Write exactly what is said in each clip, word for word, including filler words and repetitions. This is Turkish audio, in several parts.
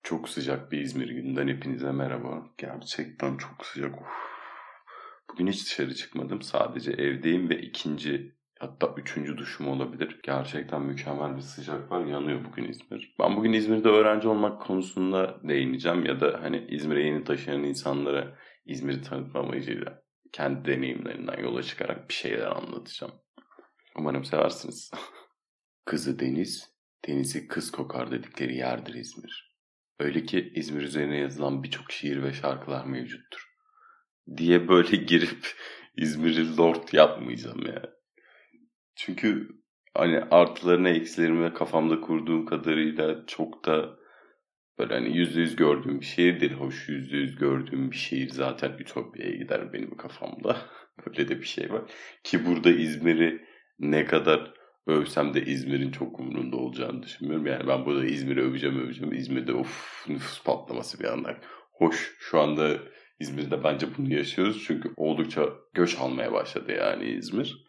Çok sıcak bir İzmir gününden hepinize merhaba. Gerçekten çok sıcak. Uf. Bugün hiç dışarı çıkmadım. Sadece evdeyim ve ikinci hatta üçüncü duşum olabilir. Gerçekten mükemmel bir sıcak var. Yanıyor bugün İzmir. Ben bugün İzmir'de öğrenci olmak konusunda değineceğim ya da hani İzmir'e yeni taşıyan insanlara İzmir'i tanıtma amacıyla kendi deneyimlerinden yola çıkarak bir şeyler anlatacağım. Umarım seversiniz. Kızı deniz, denizi kız kokar dedikleri yerdir İzmir. Öyle ki İzmir üzerine yazılan birçok şiir ve şarkılar mevcuttur. Diye böyle girip İzmir'i lord yapmayacağım ya. Çünkü hani artılarını eksilerini ve kafamda kurduğum kadarıyla çok da böyle hani yüzde yüz gördüğüm bir şehir değil. Hoş yüzde yüz gördüğüm bir şehir zaten Ütopya'ya gider benim kafamda. Öyle de bir şey var. Ki burada İzmir'i ne kadar övsem de İzmir'in çok umurunda olacağını düşünmüyorum. Yani ben burada İzmir'i öveceğim öveceğim. İzmir'de of nüfus patlaması bir anda. Hoş şu anda İzmir'de bence bunu yaşıyoruz. Çünkü oldukça göç almaya başladı yani İzmir.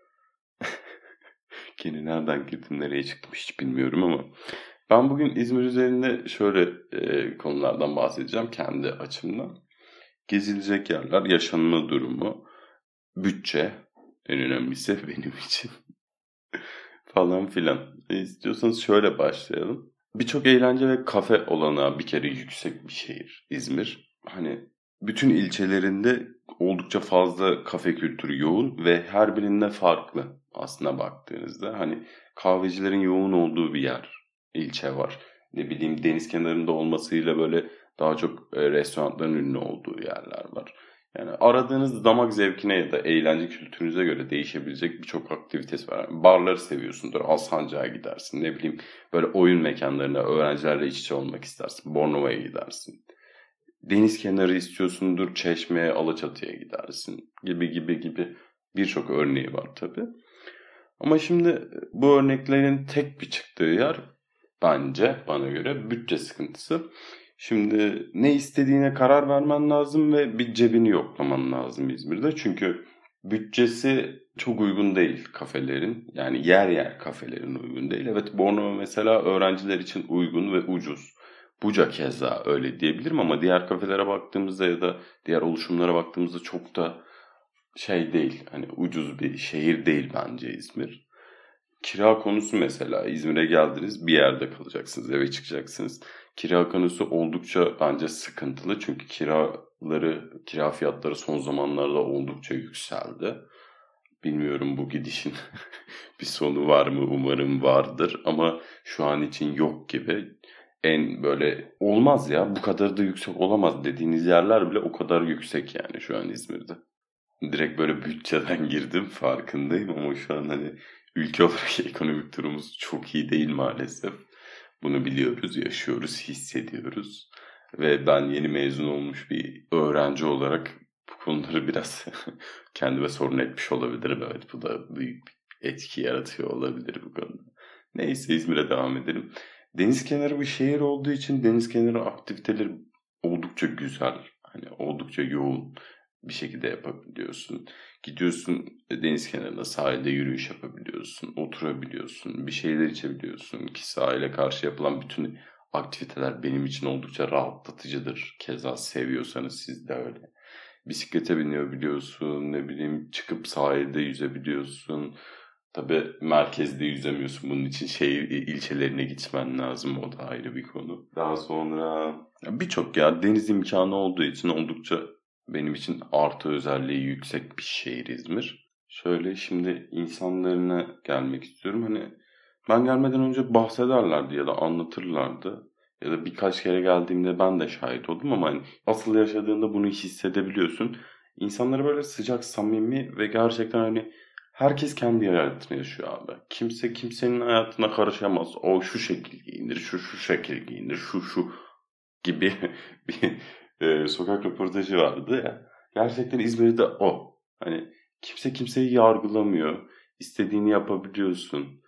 Gene nereden girdim nereye çıktım hiç bilmiyorum ama. Ben bugün İzmir üzerinde şöyle e, konulardan bahsedeceğim kendi açımdan. Gezilecek yerler, yaşanma durumu, bütçe, en önemlisi benim için falan filan. E, istiyorsanız şöyle başlayalım. Birçok eğlence ve kafe olanağı bir kere yüksek bir şehir İzmir. Hani bütün ilçelerinde oldukça fazla kafe kültürü yoğun ve her birinde farklı aslına baktığınızda. Hani kahvecilerin yoğun olduğu bir yer, ilçe var. Ne bileyim deniz kenarında olmasıyla böyle daha çok e, restoranların ünlü olduğu yerler var. Yani aradığınız damak zevkine ya da eğlence kültürünüze göre değişebilecek birçok aktivitesi var. Yani barları seviyorsundur, Alsancak'a gidersin. Ne bileyim böyle oyun mekanlarına öğrencilerle iç içe olmak istersin. Bornova'ya gidersin. Deniz kenarı istiyorsundur, Çeşme'ye, Alaçatı'ya gidersin. Gibi gibi gibi birçok örneği var tabii. Ama şimdi bu örneklerin tek bir çıktığı yer bence bana göre bütçe sıkıntısı. Şimdi ne istediğine karar vermen lazım ve bir cebini yoklaman lazım İzmir'de. Çünkü bütçesi çok uygun değil kafelerin. Yani yer yer kafelerin uygun değil. Evet Bornova mesela öğrenciler için uygun ve ucuz. Buca keza öyle diyebilirim ama diğer kafelere baktığımızda ya da diğer oluşumlara baktığımızda çok da şey değil. Hani ucuz bir şehir değil bence İzmir. Kira konusu mesela İzmir'e geldiniz bir yerde kalacaksınız eve çıkacaksınız. Kira konusu oldukça bence sıkıntılı çünkü kiraları kira fiyatları son zamanlarda oldukça yükseldi. Bilmiyorum bu gidişin bir sonu var mı umarım vardır ama şu an için yok gibi. En böyle olmaz ya bu kadar da yüksek olamaz dediğiniz yerler bile o kadar yüksek yani şu an İzmir'de. Direkt böyle bütçeden girdim farkındayım ama şu an hani ülke olarak ekonomik durumumuz çok iyi değil maalesef. Bunu biliyoruz, yaşıyoruz, hissediyoruz. Ve ben yeni mezun olmuş bir öğrenci olarak bu konuları biraz kendime sorun etmiş olabilirim. Evet bu da büyük bir etki yaratıyor olabilir bu konuda. Neyse İzmir'e devam edelim. Deniz kenarı bir şehir olduğu için deniz kenarı aktiviteleri oldukça güzel. Hani oldukça yoğun bir şekilde yapabiliyorsun. Gidiyorsun deniz kenarında sahilde yürüyüş yapabiliyorsun, oturabiliyorsun, bir şeyler içebiliyorsun ki sahile karşı yapılan bütün aktiviteler benim için oldukça rahatlatıcıdır. Keza seviyorsanız siz de öyle. Bisiklete biniyor biliyorsun, ne bileyim çıkıp sahilde yüzebiliyorsun. Tabii merkezde yüzemiyorsun. Bunun için şehir ilçelerine gitmen lazım. O da ayrı bir konu. Daha sonra birçok ya deniz imkanı olduğu için oldukça benim için artı özelliği yüksek bir şehir İzmir. Şöyle şimdi insanlarına gelmek istiyorum. Hani ben gelmeden önce bahsederlerdi ya da anlatırlardı. Ya da birkaç kere geldiğimde ben de şahit oldum ama hani asıl yaşadığında bunu hissedebiliyorsun. İnsanları böyle sıcak, samimi ve gerçekten hani herkes kendi hayatını yaşıyor abi. Kimse kimsenin hayatına karışamaz. O şu şekil giyinir, şu şu şekil giyinir, şu şu gibi bir e, sokak röportajı vardı ya. Gerçekten İzmir'de o. Hani kimse kimseyi yargılamıyor. İstediğini yapabiliyorsun.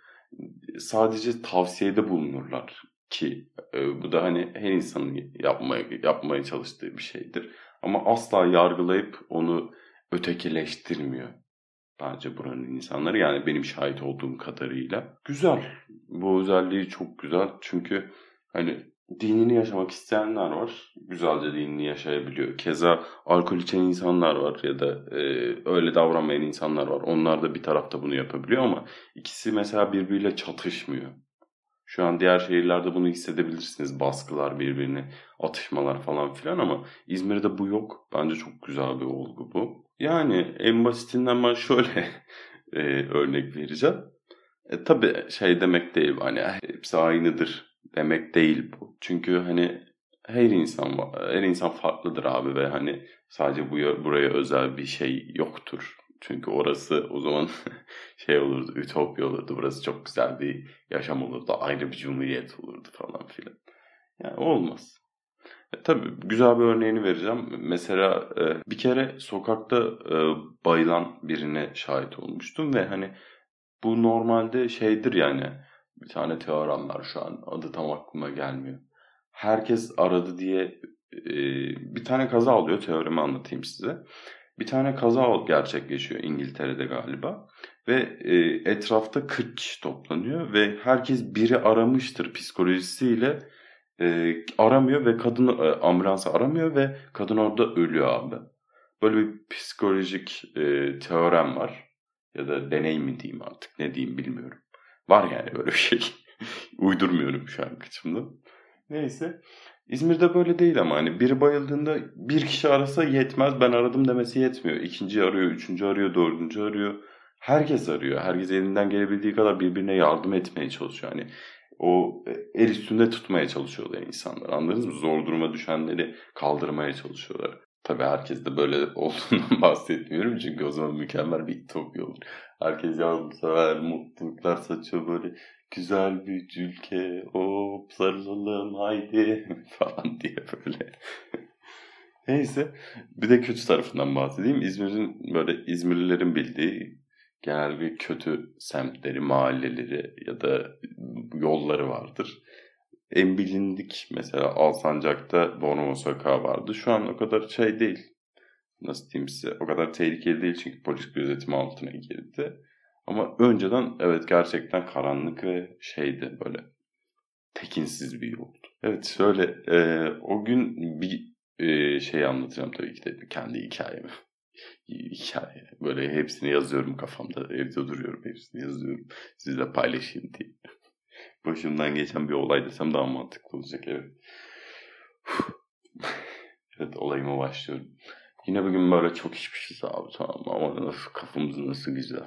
Sadece tavsiyede bulunurlar ki e, bu da hani her insanın yapmaya yapmaya çalıştığı bir şeydir. Ama asla yargılayıp onu ötekileştirmiyor. Bence buranın insanları yani benim şahit olduğum kadarıyla. Güzel. Bu özelliği çok güzel. Çünkü hani dinini yaşamak isteyenler var. Güzelce dinini yaşayabiliyor. Keza alkol içen insanlar var ya da e, öyle davranmayan insanlar var. Onlar da bir tarafta bunu yapabiliyor ama ikisi mesela birbiriyle çatışmıyor. Şu an diğer şehirlerde bunu hissedebilirsiniz. Baskılar birbirine, atışmalar falan filan ama İzmir'de bu yok. Bence çok güzel bir olgu bu. Yani en basitinden ben şöyle e, örnek vereceğim. E, tabii şey demek değil, hani hepsi aynıdır demek değil bu. Çünkü hani her insan her insan farklıdır abi ve hani sadece bu buraya özel bir şey yoktur. Çünkü orası o zaman şey olurdu, ütopya olurdu. Burası çok güzel bir yaşam olurdu. Ayrı bir cumhuriyet olurdu falan filan. Yani olmaz. E, tabii güzel bir örneğini vereceğim. Mesela e, bir kere sokakta e, bayılan birine şahit olmuştum ve hani bu normalde şeydir yani. Bir tane teorem var şu an. Adı tam aklıma gelmiyor. Herkes aradı diye e, bir tane kaza oluyor. Teoremi anlatayım size. Bir tane kaza gerçekleşiyor İngiltere'de galiba. Ve e, etrafta kırk kişi toplanıyor. Ve herkes biri aramıştır psikolojisiyle e, aramıyor ve kadın e, ambulansı aramıyor ve kadın orada ölüyor abi. Böyle bir psikolojik e, teorem var. Ya da deney mi diyeyim artık, ne diyeyim bilmiyorum. Var yani böyle bir şey. Uydurmuyorum şu an kıçımda. Neyse. İzmir'de böyle değil ama hani biri bayıldığında bir kişi arasa yetmez. Ben aradım demesi yetmiyor. İkinci arıyor, üçüncü arıyor, dördüncü arıyor. Herkes arıyor. Herkes elinden gelebildiği kadar birbirine yardım etmeye çalışıyor. Hani o el üstünde tutmaya çalışıyorlar insanlar. Anladınız mı? Zor duruma düşenleri kaldırmaya çalışıyorlar. Tabii herkes de böyle olduğundan bahsetmiyorum. Çünkü o zaman mükemmel bir ütopya olur. Herkes yardımsever, mutluluklar saçıyor böyle. Güzel bir ülke, hop sarılalım haydi falan diye böyle. Neyse, bir de kötü tarafından bahsedeyim. İzmir'in böyle İzmirlilerin bildiği genel bir kötü semtleri, mahalleleri ya da yolları vardır. En bilindik mesela Alsancak'ta Bornova Sokağı vardı. Şu an o kadar şey değil. Nasıl diyeyim size? O kadar tehlikeli değil çünkü polis gözetimi altına girdi. Ama önceden evet gerçekten karanlık ve şeydi böyle tekinsiz bir yoldu. Evet şöyle e, o gün bir e, şey anlatacağım tabii ki de kendi hikayemi. Hikaye. Böyle hepsini yazıyorum kafamda. Evde duruyorum hepsini yazıyorum. Sizle paylaşayım diye. Başımdan geçen bir olay desem daha mantıklı olacak evet. Evet olayıma başlıyorum. Yine bugün böyle çok içmişiz abi tamam ama nasıl kafamız nasıl güzel.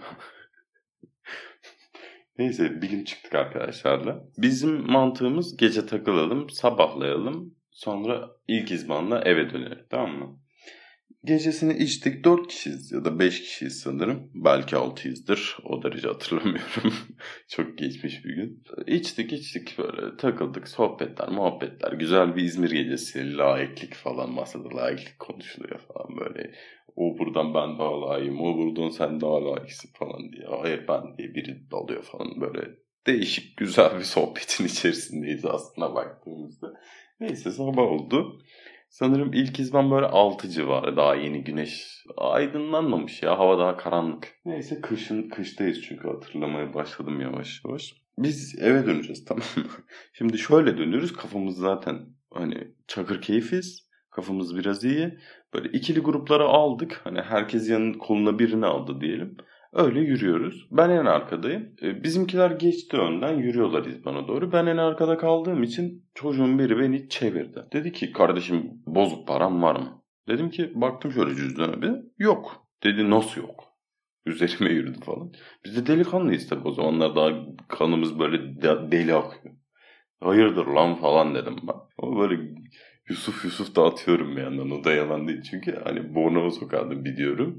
Neyse bir gün çıktık arkadaşlarla. Bizim mantığımız gece takılalım, sabahlayalım. Sonra ilk izbanla eve dönelim tamam mı? Gecesini içtik. Dört kişiyiz ya da beş kişiyiz sanırım. Belki altıyızdır. O derece hatırlamıyorum. Çok geçmiş bir gün. İçtik içtik böyle takıldık. Sohbetler, muhabbetler. Güzel bir İzmir gecesi. Laiklik falan. Masada laiklik konuşuluyor falan böyle. O buradan ben daha layığım. O buradan sen daha layıksın falan diye. Hayır ben diye biri dalıyor falan böyle. Değişik güzel bir sohbetin içerisindeyiz aslında baktığımızda. Neyse sabah oldu. Sanırım ilk izban böyle altı civarı. Daha yeni güneş aydınlanmamış ya. Hava daha karanlık. Neyse kışın kıştayız çünkü hatırlamaya başladım yavaş yavaş. Biz eve döneceğiz tamam mı? Şimdi şöyle dönüyoruz. Kafamız zaten hani çakır keyfiz. Kafamız biraz iyi. Böyle ikili gruplara aldık. Hani herkes yanın koluna birini aldı diyelim. Öyle yürüyoruz. Ben en arkadayım. E, bizimkiler geçti önden yürüyorlar İzban'a doğru. Ben en arkada kaldığım için çocuğun biri beni çevirdi. Dedi ki kardeşim bozuk param var mı? Dedim ki baktım şöyle cüzdana bir. Yok. Dedi nasıl yok? Üzerime yürüdü falan. Biz de delikanlıyız tabii o zamanlar daha kanımız böyle de- deli akıyor. Hayırdır lan falan dedim ben. Ama böyle Yusuf Yusuf da atıyorum bir yandan. O da yalan değil. Çünkü hani Bornova Sokağı'nda biliyorum.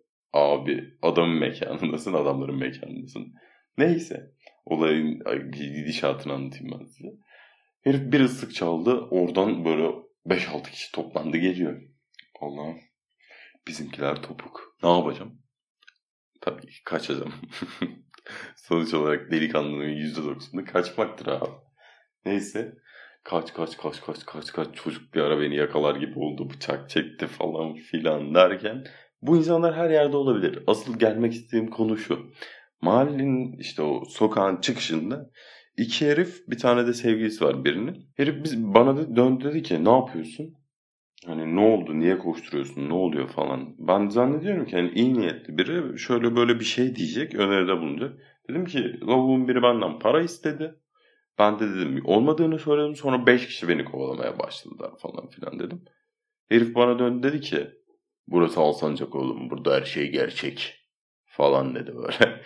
Abi adamın mekanındasın, adamların mekanındasın. Neyse. Olayın gidişatını anlatayım ben size. Herif bir ıslık çaldı. Oradan böyle beş altı kişi toplandı geliyor. Allah'ım. Bizimkiler topuk. Ne yapacağım? Tabii ki kaçacağım. Sonuç olarak delikanlının yüzde doksanı kaçmaktır abi. Neyse. Kaç kaç kaç kaç kaç kaç çocuk bir ara beni yakalar gibi oldu. Bıçak çekti falan filan derken. Bu insanlar her yerde olabilir. Asıl gelmek istediğim konu şu. Mahallenin işte o sokağın çıkışında İki herif, bir tane de sevgilisi var birinin. Herif biz, bana da döndü dedi ki ne yapıyorsun? Hani ne oldu, niye koşturuyorsun, ne oluyor falan. Ben zannediyorum ki hani iyi niyetli biri şöyle böyle bir şey diyecek, öneride bulunacak. Dedim ki lavuğun biri benden para istedi. Ben de dedim olmadığını söyledim, sonra beş kişi beni kovalamaya başladılar falan filan dedim. Herif bana döndü dedi ki burası Alsancak oğlum, burada her şey gerçek falan dedi böyle.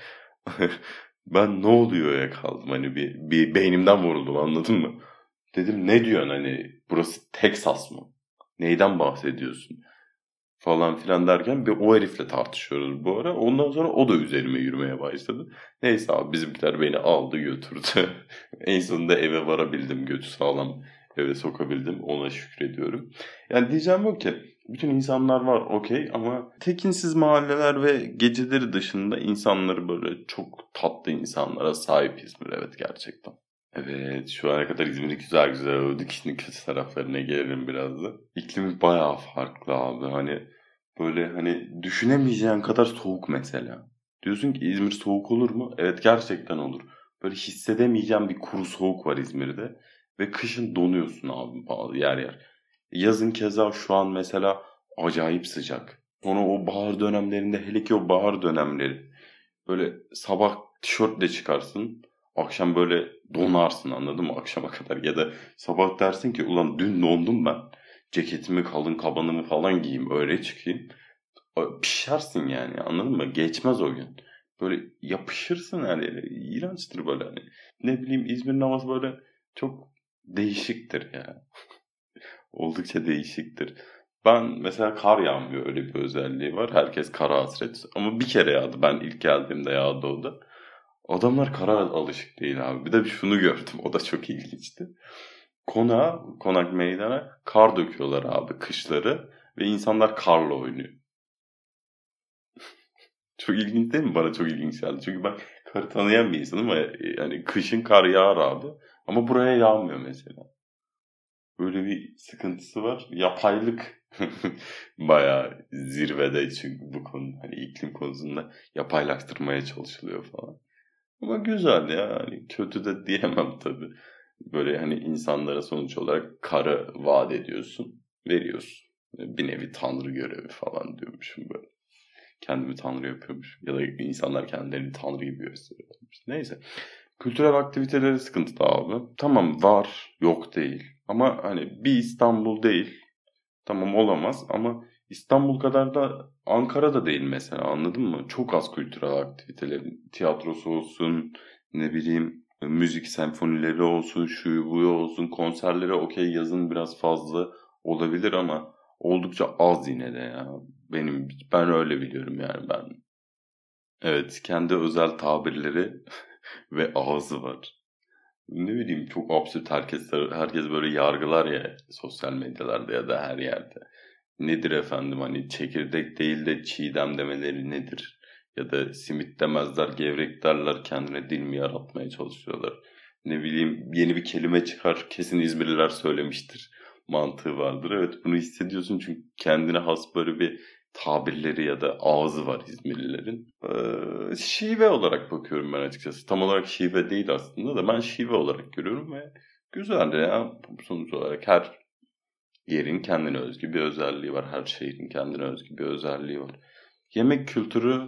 Ben ne oluyor ya kaldım, hani bir, bir beynimden vuruldum, anladın mı? Dedim ne diyorsun, hani burası Texas mı? Neyden bahsediyorsun? Falan filan derken bir o herifle tartışıyoruz bu ara. Ondan sonra o da üzerime yürümeye başladı. Neyse abi bizimkiler beni aldı götürdü. En sonunda eve varabildim, götü sağlam eve sokabildim. Ona şükrediyorum. Yani diyeceğim o ki bütün insanlar var okey, ama tekinsiz mahalleler ve geceleri dışında insanları böyle çok tatlı insanlara sahip İzmir, evet gerçekten. Evet, şu ana kadar İzmir'i güzel güzel övdük. Şimdi kötü taraflarına gelelim biraz da. İklimi bayağı farklı abi. Hani böyle hani düşünemeyeceğin kadar soğuk mesela. Diyorsun ki İzmir soğuk olur mu? Evet gerçekten olur. Böyle hissedemeyeceğin bir kuru soğuk var İzmir'de. Ve kışın donuyorsun abi bazı yer yer. Yazın keza şu an mesela acayip sıcak. Sonra o bahar dönemlerinde, hele ki o bahar dönemleri. Böyle sabah tişörtle çıkarsın. Akşam böyle donarsın, anladın mı, akşama kadar. Ya da sabah dersin ki ulan dün dondum ben. Ceketimi, kalın kabanımı falan giyeyim, öyle çıkayım. Pişersin yani, anladın mı? Geçmez o gün. Böyle yapışırsın her yere. İğrençtir böyle hani. Ne bileyim, İzmir'in havası böyle çok değişiktir ya. Oldukça değişiktir. Ben mesela kar yağmıyor, öyle bir özelliği var. Herkes kara hasret. Ama bir kere yağdı. Ben ilk geldiğimde yağdı o da. Adamlar kara alışık değil abi. Bir de şunu gördüm. O da çok ilginçti. Konağa, konak meydana kar döküyorlar abi kışları. Ve insanlar karla oynuyor. Çok ilginç değil mi? Bana çok ilginç geldi. Çünkü ben karı tanıyan bir insanım ama yani kışın kar yağar abi. Ama buraya yağmıyor mesela. Böyle bir sıkıntısı var. Yapaylık bayağı zirvede, çünkü bu konu hani iklim konusunda yapaylaştırmaya çalışılıyor falan. Ama güzel ya, hani kötü de diyemem tabii. Böyle hani insanlara sonuç olarak karı vaat ediyorsun, veriyorsun. Bir nevi tanrı görevi falan diyormuşum böyle. Kendimi tanrı yapıyormuş. Ya da insanlar kendilerini tanrı gibi gösteriyorlarmış. Neyse. Kültürel aktiviteleri sıkıntıda abi. Tamam var, yok değil. Ama hani bir İstanbul değil. Tamam olamaz ama İstanbul kadar da Ankara da değil mesela, anladın mı? Çok az kültürel aktivitelerin, tiyatrosu olsun, ne bileyim müzik senfonileri olsun, şu bu olsun, konserleri okey yazın biraz fazla olabilir ama oldukça az yine de ya. Benim ben öyle biliyorum yani ben. Evet, kendi özel tabirleri ve ağzı var. Ne bileyim çok absürt, herkes herkes böyle yargılar ya sosyal medyalarda ya da her yerde. Nedir efendim, hani çekirdek değil de çiğdem demeleri nedir? Ya da simit demezler, gevrek derler, kendine dil mi yaratmaya çalışıyorlar? Ne bileyim yeni bir kelime çıkar, kesin İzmirliler söylemiştir mantığı vardır. Evet, bunu hissediyorsun çünkü kendine has böyle bir tabirleri ya da ağzı var İzmirlilerin. Ee, şive olarak bakıyorum ben açıkçası. Tam olarak şive değil aslında da ben şive olarak görüyorum ve güzel ya, sonuç olarak her yerin kendine özgü bir özelliği var. Her şehrin kendine özgü bir özelliği var. Yemek kültürü,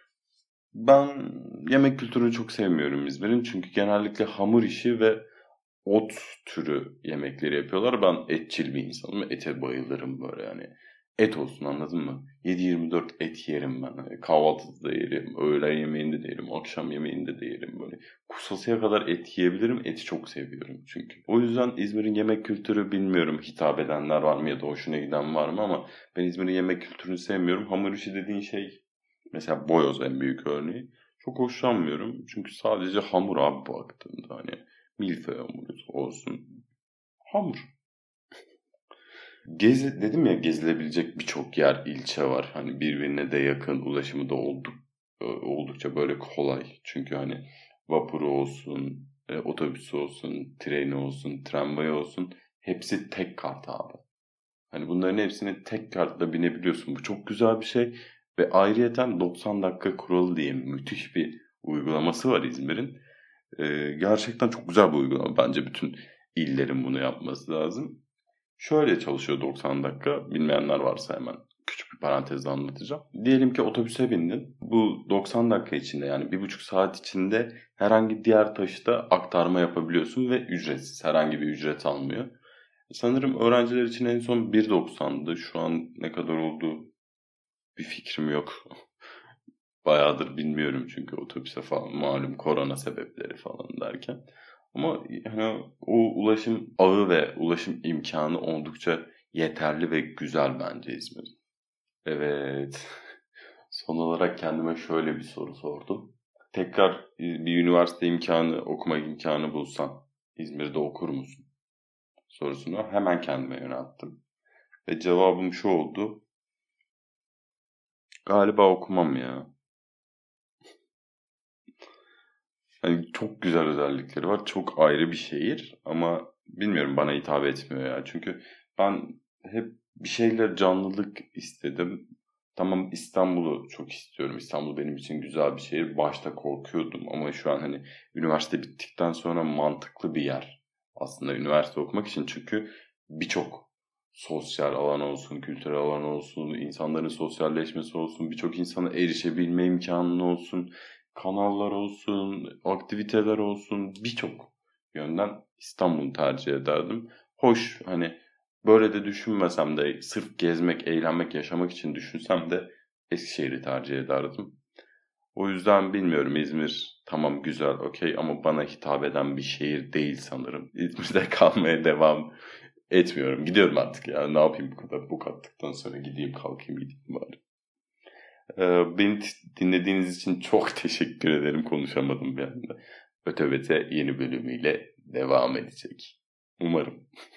ben yemek kültürünü çok sevmiyorum İzmir'in. Çünkü genellikle hamur işi ve ot türü yemekleri yapıyorlar. Ben etçil bir insanım. Ete bayılırım böyle yani. Et olsun, anladın mı? yedi yirmi dört et yerim ben. Hani kahvaltıda da yerim, öğlen yemeğinde de yerim, akşam yemeğinde de yerim böyle. Kusasıya kadar et yiyebilirim. Eti çok seviyorum çünkü. O yüzden İzmir'in yemek kültürü, bilmiyorum hitap edenler var mı ya da hoşuna giden var mı, ama ben İzmir'in yemek kültürünü sevmiyorum. Hamur işi dediğin şey, mesela boyoz en büyük örneği. Çok hoşlanmıyorum. Çünkü sadece hamur abi baktığımda hani. Milföy hamuru olsun. Hamur. Gezi, dedim ya, gezilebilecek birçok yer, ilçe var. Hani birbirine de yakın, ulaşımı da olduk, oldukça böyle kolay. Çünkü hani vapuru olsun, e, otobüsü olsun, treni olsun, tramvayı olsun. Hepsi tek kart abi. Hani bunların hepsini tek kartla binebiliyorsun. Bu çok güzel bir şey. Ve ayrıyeten doksan dakika kuralı diye müthiş bir uygulaması var İzmir'in. Ee, gerçekten çok güzel bir uygulama. Bence bütün illerin bunu yapması lazım. Şöyle çalışıyor doksan dakika. Bilmeyenler varsa hemen küçük bir parantezle anlatacağım. Diyelim ki otobüse bindin. Bu doksan dakika içinde, yani bir buçuk saat içinde herhangi diğer taşıta aktarma yapabiliyorsun ve ücretsiz. Herhangi bir ücret almıyor. Sanırım öğrenciler için en son bir doksandı. Şu an ne kadar oldu bir fikrim yok. Bayağıdır bilmiyorum çünkü otobüse falan, malum korona sebepleri falan derken. Ama hani o ulaşım ağı ve ulaşım imkanı oldukça yeterli ve güzel bence İzmir. Evet. Son olarak kendime şöyle bir soru sordum. Tekrar bir üniversite imkanı, okuma imkanı bulsan İzmir'de okur musun? Sorusunu hemen kendime yönelttim. Ve cevabım şu oldu. Galiba okumam ya. Hani çok güzel özellikleri var. Çok ayrı bir şehir ama bilmiyorum, bana hitap etmiyor ya. Çünkü ben hep bir şeyler, canlılık istedim. Tamam, İstanbul'u çok istiyorum. İstanbul benim için güzel bir şehir. Başta korkuyordum ama şu an hani üniversite bittikten sonra mantıklı bir yer. Aslında üniversite okumak için, çünkü birçok sosyal alan olsun, kültürel alan olsun, insanların sosyalleşmesi olsun, birçok insana erişebilme imkanı olsun, kanallar olsun, aktiviteler olsun, birçok yönden İstanbul'u tercih ederdim. Hoş, hani böyle de düşünmesem de, sırf gezmek, eğlenmek, yaşamak için düşünsem de Eskişehir'i tercih ederdim. O yüzden bilmiyorum, İzmir tamam güzel, okey, ama bana hitap eden bir şehir değil sanırım. İzmir'de kalmaya devam etmiyorum. Gidiyorum artık ya. Ne yapayım bu kadar? Bu kattıktan sonra gideyim, kalkayım, gideyim bari. Ee, beni dinlediğiniz için çok teşekkür ederim. Konuşamadım bir anda. Ötebete yeni bölümüyle devam edecek. Umarım.